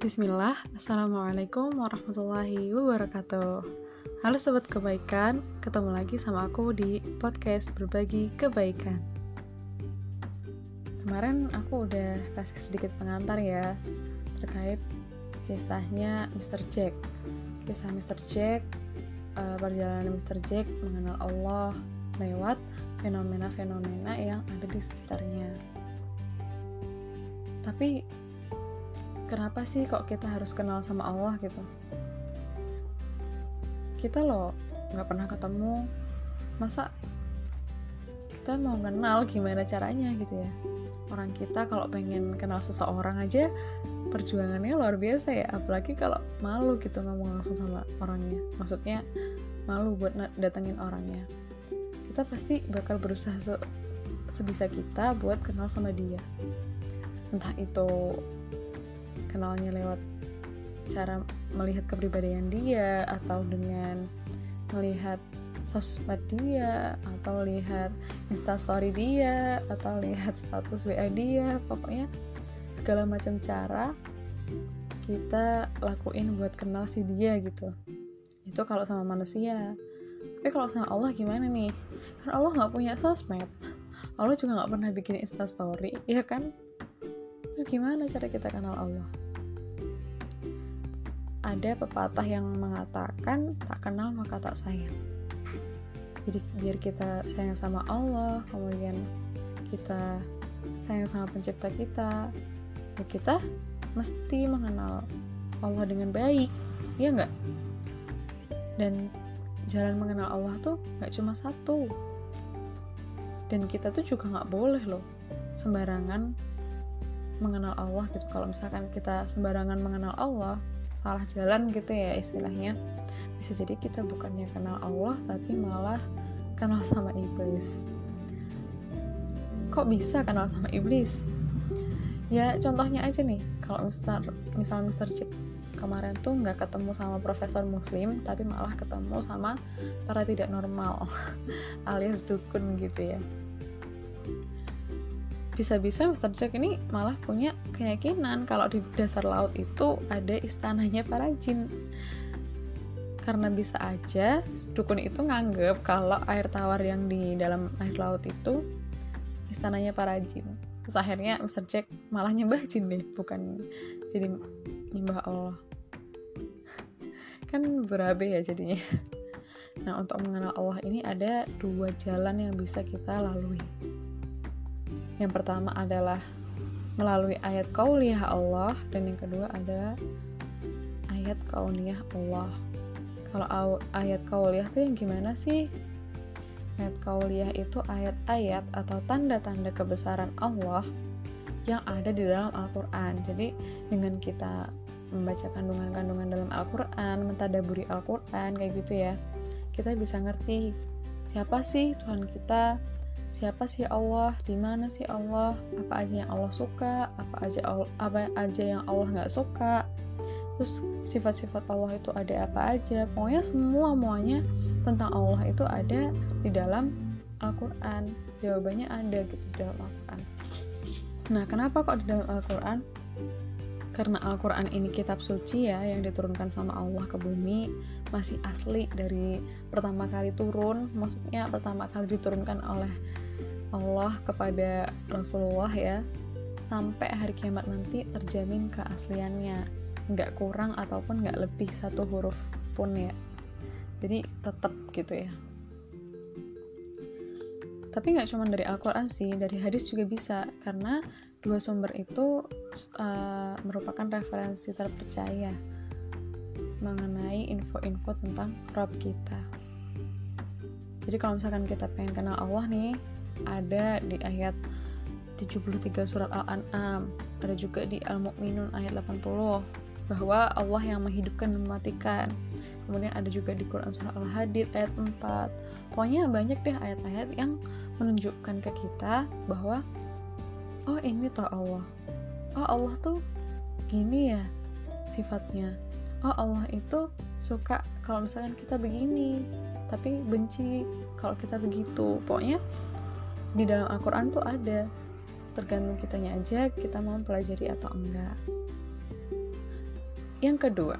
Bismillah, Assalamualaikum warahmatullahi wabarakatuh. Halo Sobat Kebaikan, ketemu lagi sama aku di podcast Berbagi Kebaikan. Kemarin aku udah kasih sedikit pengantar ya, terkait kisahnya Mr. Jack. Kisah Mr. Jack, perjalanan Mr. Jack mengenal Allah lewat fenomena-fenomena yang ada di sekitarnya. Tapi kenapa sih kok kita harus kenal sama Allah gitu? Kita loh gak pernah ketemu, masa kita mau kenal gimana caranya gitu ya? Orang kita kalau pengen kenal seseorang aja perjuangannya luar biasa ya, apalagi kalau malu gitu ngomong langsung sama orangnya. Maksudnya malu buat datengin orangnya. Kita pasti bakal berusaha sebisa kita buat kenal sama dia. Entah itu kenalnya lewat cara melihat kepribadian dia, atau dengan melihat sosmed dia, atau lihat instastory dia, atau lihat status WA dia. Pokoknya segala macam cara kita lakuin buat kenal si dia gitu. Itu kalau sama manusia. Tapi kalau sama Allah gimana nih? Kan Allah gak punya sosmed, Allah juga gak pernah bikin instastory, ya kan? Terus gimana cara kita kenal Allah? Ada pepatah yang mengatakan tak kenal maka tak sayang. Jadi biar kita sayang sama Allah, kemudian kita sayang sama pencipta kita, ya kita mesti mengenal Allah dengan baik, ya enggak? Dan jalan mengenal Allah tuh gak cuma satu. Dan kita tuh juga gak boleh loh sembarangan mengenal Allah gitu. Kalau misalkan kita sembarangan mengenal Allah, salah jalan gitu ya istilahnya, bisa jadi kita bukannya kenal Allah tapi malah kenal sama iblis. Kok bisa kenal sama iblis? Ya contohnya aja nih, kalau misal Mr. Jack kemarin tuh nggak ketemu sama profesor muslim, tapi malah ketemu sama para tidak normal alias dukun gitu ya. Bisa-bisa Mr. Jack ini malah punya keyakinan kalau di dasar laut itu ada istananya para jin. Karena bisa aja dukun itu nganggep kalau air tawar yang di dalam air laut itu istananya para jin. Terus akhirnya Mr. Jack malah nyembah jin deh, bukan jadi nyembah Allah. Kan berabe ya jadinya. Nah, untuk mengenal Allah ini ada dua jalan yang bisa kita lalui. Yang pertama adalah melalui ayat qauliyah Allah, dan yang kedua adalah ayat kauniyah Allah. Kalau ayat qauliyah itu yang gimana sih? Ayat qauliyah itu ayat-ayat atau tanda-tanda kebesaran Allah yang ada di dalam Al-Quran. Jadi dengan kita membaca kandungan-kandungan dalam Al-Quran, mentadaburi Al-Quran kayak gitu ya, kita bisa ngerti siapa sih Tuhan kita, siapa sih Allah, di mana sih Allah, apa aja yang Allah suka, apa aja yang Allah nggak suka, terus sifat-sifat Allah itu ada apa aja. Pokoknya semuanya tentang Allah itu ada di dalam Al-Quran. Jawabannya ada gitu di dalam Al-Quran. Nah, kenapa kok di dalam Al-Quran? Karena Al-Quran ini kitab suci ya, yang diturunkan sama Allah ke bumi, masih asli dari pertama kali turun, maksudnya pertama kali diturunkan oleh Allah kepada Rasulullah ya, sampai hari kiamat nanti terjamin keasliannya, nggak kurang ataupun nggak lebih satu huruf pun ya, jadi tetap gitu ya. Tapi nggak cuma dari Al-Quran sih, dari hadis juga bisa, karena dua sumber itu merupakan referensi terpercaya mengenai info-info tentang Rabb kita. Jadi kalau misalkan kita pengen kenal Allah nih, ada di ayat 73 surat Al-An'am, ada juga di Al-Mu'minun ayat 80, bahwa Allah yang menghidupkan dan mematikan. Kemudian ada juga di Quran surah Al-Hadid ayat 4. Pokoknya banyak deh ayat-ayat yang menunjukkan ke kita bahwa oh ini toh Allah, oh Allah tuh gini ya sifatnya, oh Allah itu suka kalau misalkan kita begini, tapi benci kalau kita begitu. Pokoknya di dalam Al-Quran tuh ada, tergantung kitanya aja kita mau pelajari atau enggak. Yang kedua,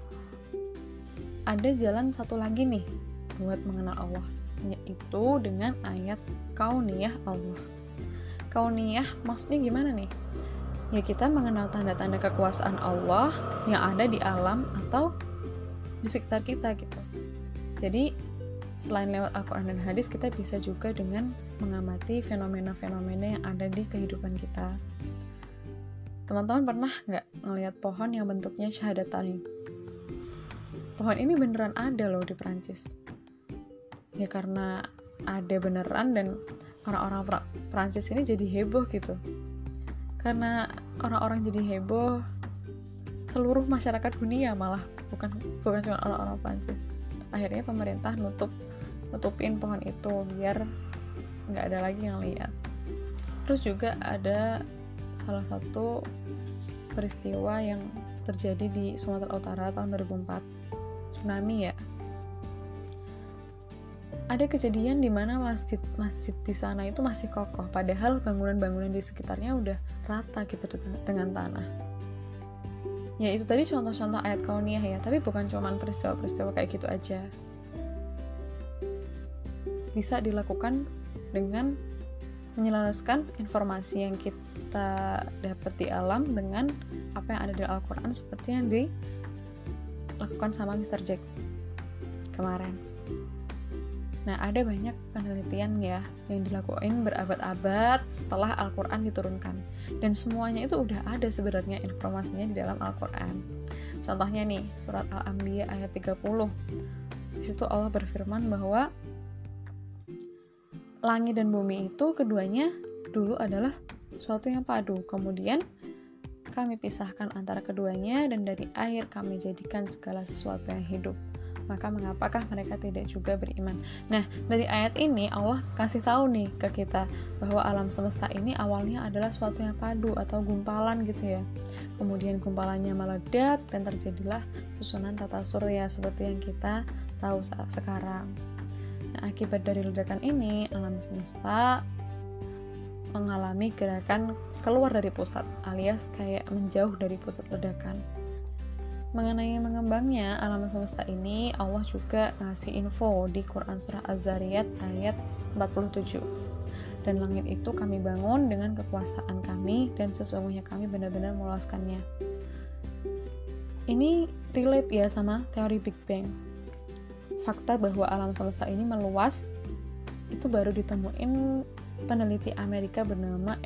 ada jalan satu lagi nih buat mengenal Allah, yaitu dengan ayat kauniyah Allah. Kauniyah maksudnya gimana nih? Ya kita mengenal tanda-tanda kekuasaan Allah yang ada di alam atau di sekitar kita gitu. Jadi selain lewat Al-Quran dan hadis, kita bisa juga dengan mengamati fenomena-fenomena yang ada di kehidupan kita. Teman-teman pernah nggak ngelihat pohon yang bentuknya syahadatain? Pohon ini beneran ada loh di Perancis. Ya karena ada beneran, dan orang-orang Perancis ini jadi heboh gitu. Karena orang-orang jadi heboh, seluruh masyarakat dunia malah, bukan cuma orang-orang Perancis. Akhirnya pemerintah nutupin pohon itu biar nggak ada lagi yang lihat. Terus juga ada salah satu peristiwa yang terjadi di Sumatera Utara tahun 2004, tsunami ya. Ada kejadian di mana masjid di sana itu masih kokoh, padahal bangunan-bangunan di sekitarnya udah rata gitu dengan tanah. Ya itu tadi contoh-contoh ayat kauniyah ya, tapi bukan cuma peristiwa-peristiwa kayak gitu aja. Bisa dilakukan dengan menyelaraskan informasi yang kita dapat di alam dengan apa yang ada di Al-Quran, seperti yang dilakukan sama Mr. Jack kemarin. Nah, ada banyak penelitian ya yang dilakukan berabad-abad setelah Al-Quran diturunkan, dan semuanya itu udah ada sebenarnya informasinya di dalam Al-Quran. Contohnya nih, surat Al-Anbiya ayat 30. Di situ Allah berfirman bahwa langit dan bumi itu keduanya dulu adalah suatu yang padu. Kemudian kami pisahkan antara keduanya, dan dari air kami jadikan segala sesuatu yang hidup. Maka mengapakah mereka tidak juga beriman? Nah, dari ayat ini Allah kasih tahu nih ke kita bahwa alam semesta ini awalnya adalah suatu yang padu atau gumpalan gitu ya. Kemudian gumpalannya meledak dan terjadilah susunan tata surya seperti yang kita tahu saat sekarang. Nah, akibat dari ledakan ini, alam semesta mengalami gerakan keluar dari pusat, alias kayak menjauh dari pusat ledakan. Mengenai mengembangnya alam semesta ini, Allah juga ngasih info di Quran surah Az-Zariyat ayat 47. Dan langit itu kami bangun dengan kekuasaan kami, dan sesungguhnya kami benar-benar meluaskannya. Ini relate ya sama teori Big Bang. Fakta bahwa alam semesta ini meluas itu baru ditemuin peneliti Amerika bernama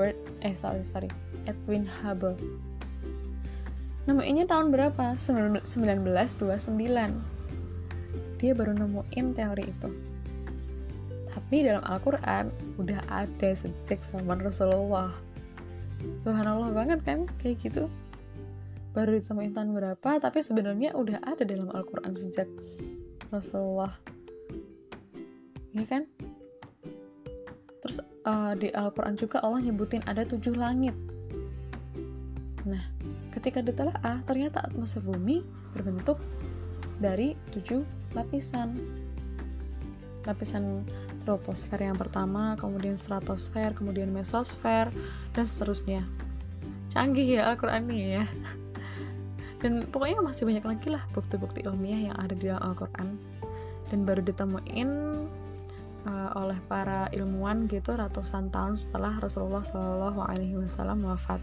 Edwin Hubble. Nemuinnya tahun berapa? 1929. Dia baru nemuin teori itu. Tapi dalam Al-Quran udah ada sejak zaman Rasulullah. Subhanallah banget kan kayak gitu. Baru ditemuin tahun berapa, tapi sebenarnya udah ada dalam Al-Quran sejak Rasulullah. Iya kan? Terus di Al-Quran juga Allah nyebutin ada 7 langit. Nah, ketika ditelaah, ternyata atmosfer bumi berbentuk dari 7 lapisan. Lapisan troposfer yang pertama, kemudian stratosfer, kemudian mesosfer, dan seterusnya. Canggih ya Al-Quran ini ya. Dan pokoknya masih banyak lagi lah bukti-bukti ilmiah yang ada di dalam Al-Quran. Dan baru ditemuin oleh para ilmuwan gitu ratusan tahun setelah Rasulullah SAW wafat.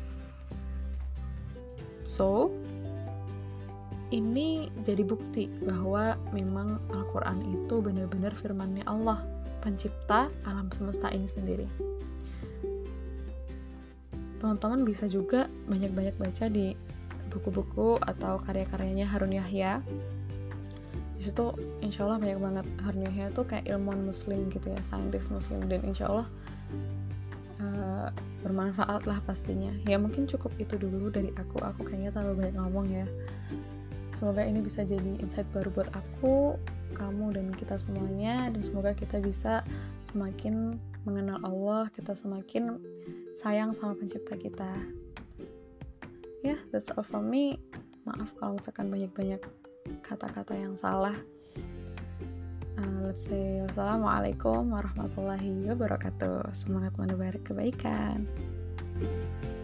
So, ini jadi bukti bahwa memang Al-Quran itu benar-benar firman-Nya Allah, pencipta alam semesta ini sendiri. Teman-teman bisa juga banyak-banyak baca di buku-buku atau karya-karyanya Harun Yahya. Di situ insya Allah banyak banget. Harun Yahya tuh kayak ilmuwan muslim gitu ya, saintis muslim, dan insya Allah bermanfaat lah pastinya. Ya mungkin cukup itu dulu dari aku kayaknya terlalu banyak ngomong ya. Semoga ini bisa jadi insight baru buat aku, kamu, dan kita semuanya, dan semoga kita bisa semakin mengenal Allah, kita semakin sayang sama pencipta kita. Ya, that's all from me. Maaf kalau misalkan banyak-banyak kata-kata yang salah. Let's say wassalamualaikum warahmatullahi wabarakatuh. Semangat menebar kebaikan.